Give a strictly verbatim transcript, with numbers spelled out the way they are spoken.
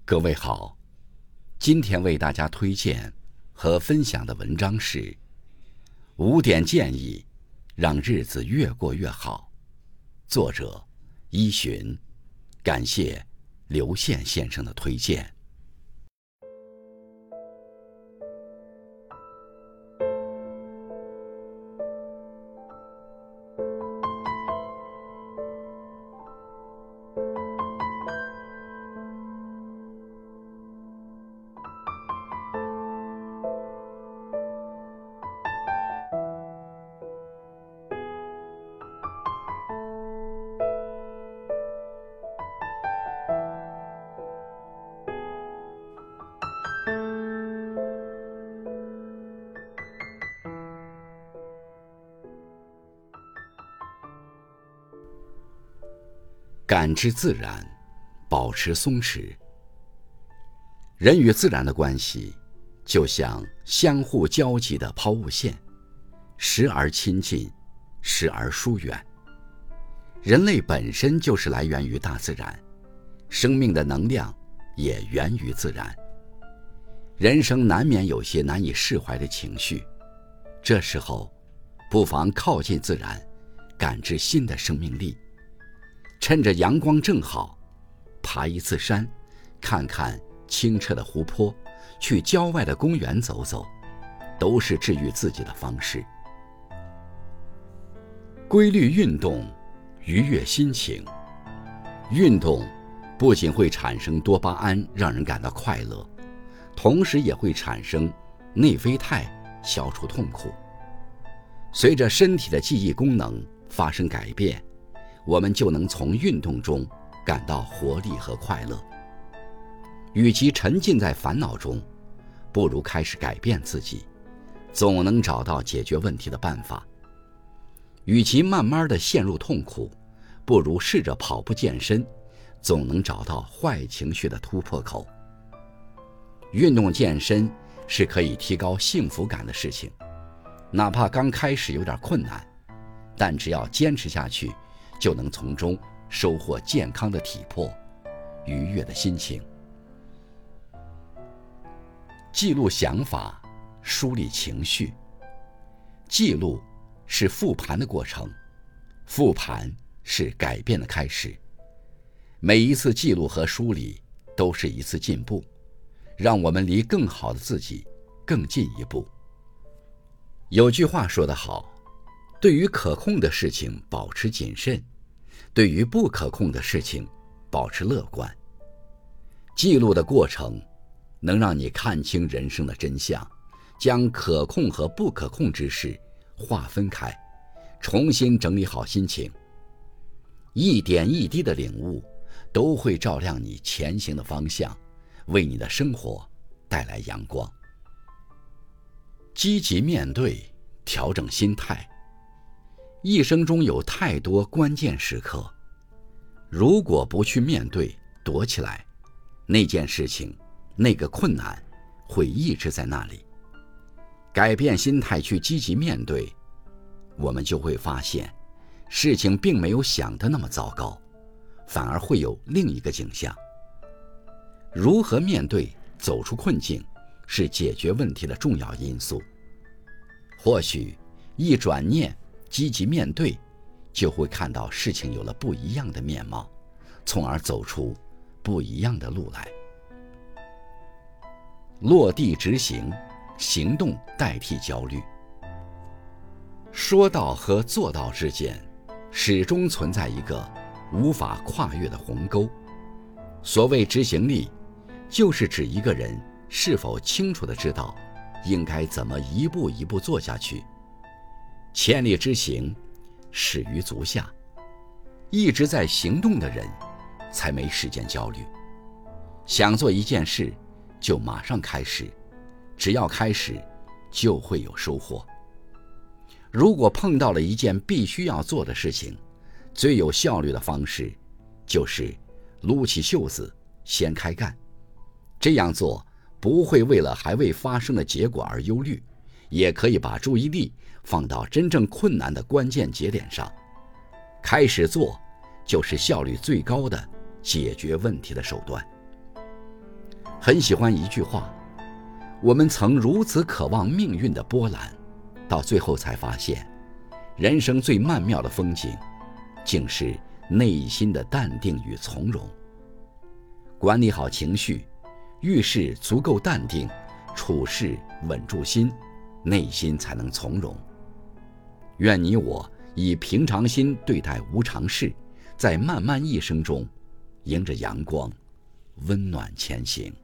各位好，今天为大家推荐和分享的文章是五点建议让日子越过越好，作者依寻，感谢刘宪先生的推荐。感知自然，保持松弛。人与自然的关系就像相互交集的抛物线，时而亲近，时而疏远。人类本身就是来源于大自然，生命的能量也源于自然。人生难免有些难以释怀的情绪，这时候不妨靠近自然，感知新的生命力。趁着阳光正好，爬一次山，看看清澈的湖泊，去郊外的公园走走，都是治愈自己的方式。规律运动，愉悦心情。运动不仅会产生多巴胺，让人感到快乐，同时也会产生内啡肽，消除痛苦。随着身体的记忆功能发生改变，我们就能从运动中感到活力和快乐。与其沉浸在烦恼中，不如开始改变自己，总能找到解决问题的办法。与其慢慢地陷入痛苦，不如试着跑步健身，总能找到坏情绪的突破口。运动健身是可以提高幸福感的事情，哪怕刚开始有点困难，但只要坚持下去，就能从中收获健康的体魄，愉悦的心情。记录想法，梳理情绪。记录是复盘的过程，复盘是改变的开始。每一次记录和梳理都是一次进步，让我们离更好的自己更进一步。有句话说得好，对于可控的事情保持谨慎，对于不可控的事情保持乐观。记录的过程能让你看清人生的真相，将可控和不可控之事划分开，重新整理好心情。一点一滴的领悟都会照亮你前行的方向，为你的生活带来阳光。积极面对，调整心态。一生中有太多关键时刻，如果不去面对，躲起来，那件事情，那个困难会一直在那里。改变心态去积极面对，我们就会发现事情并没有想的那么糟糕，反而会有另一个景象。如何面对，走出困境，是解决问题的重要因素。或许一转念，积极面对，就会看到事情有了不一样的面貌，从而走出不一样的路来。落地执行，行动代替焦虑。说到和做到之间，始终存在一个无法跨越的鸿沟。所谓执行力，就是指一个人是否清楚地知道应该怎么一步一步做下去。千里之行，始于足下。一直在行动的人，才没时间焦虑。想做一件事，就马上开始，只要开始，就会有收获。如果碰到了一件必须要做的事情，最有效率的方式，就是撸起袖子，先开干。这样做不会为了还未发生的结果而忧虑，也可以把注意力放到真正困难的关键节点上。开始做，就是效率最高的解决问题的手段。 很喜欢一句话：我们曾如此渴望命运的波澜，到最后才发现，人生最曼妙的风景，竟是内心的淡定与从容。管理好情绪，遇事足够淡定，处事稳住心，内心才能从容。愿你我以平常心对待无常事，在漫漫一生中，迎着阳光，温暖前行。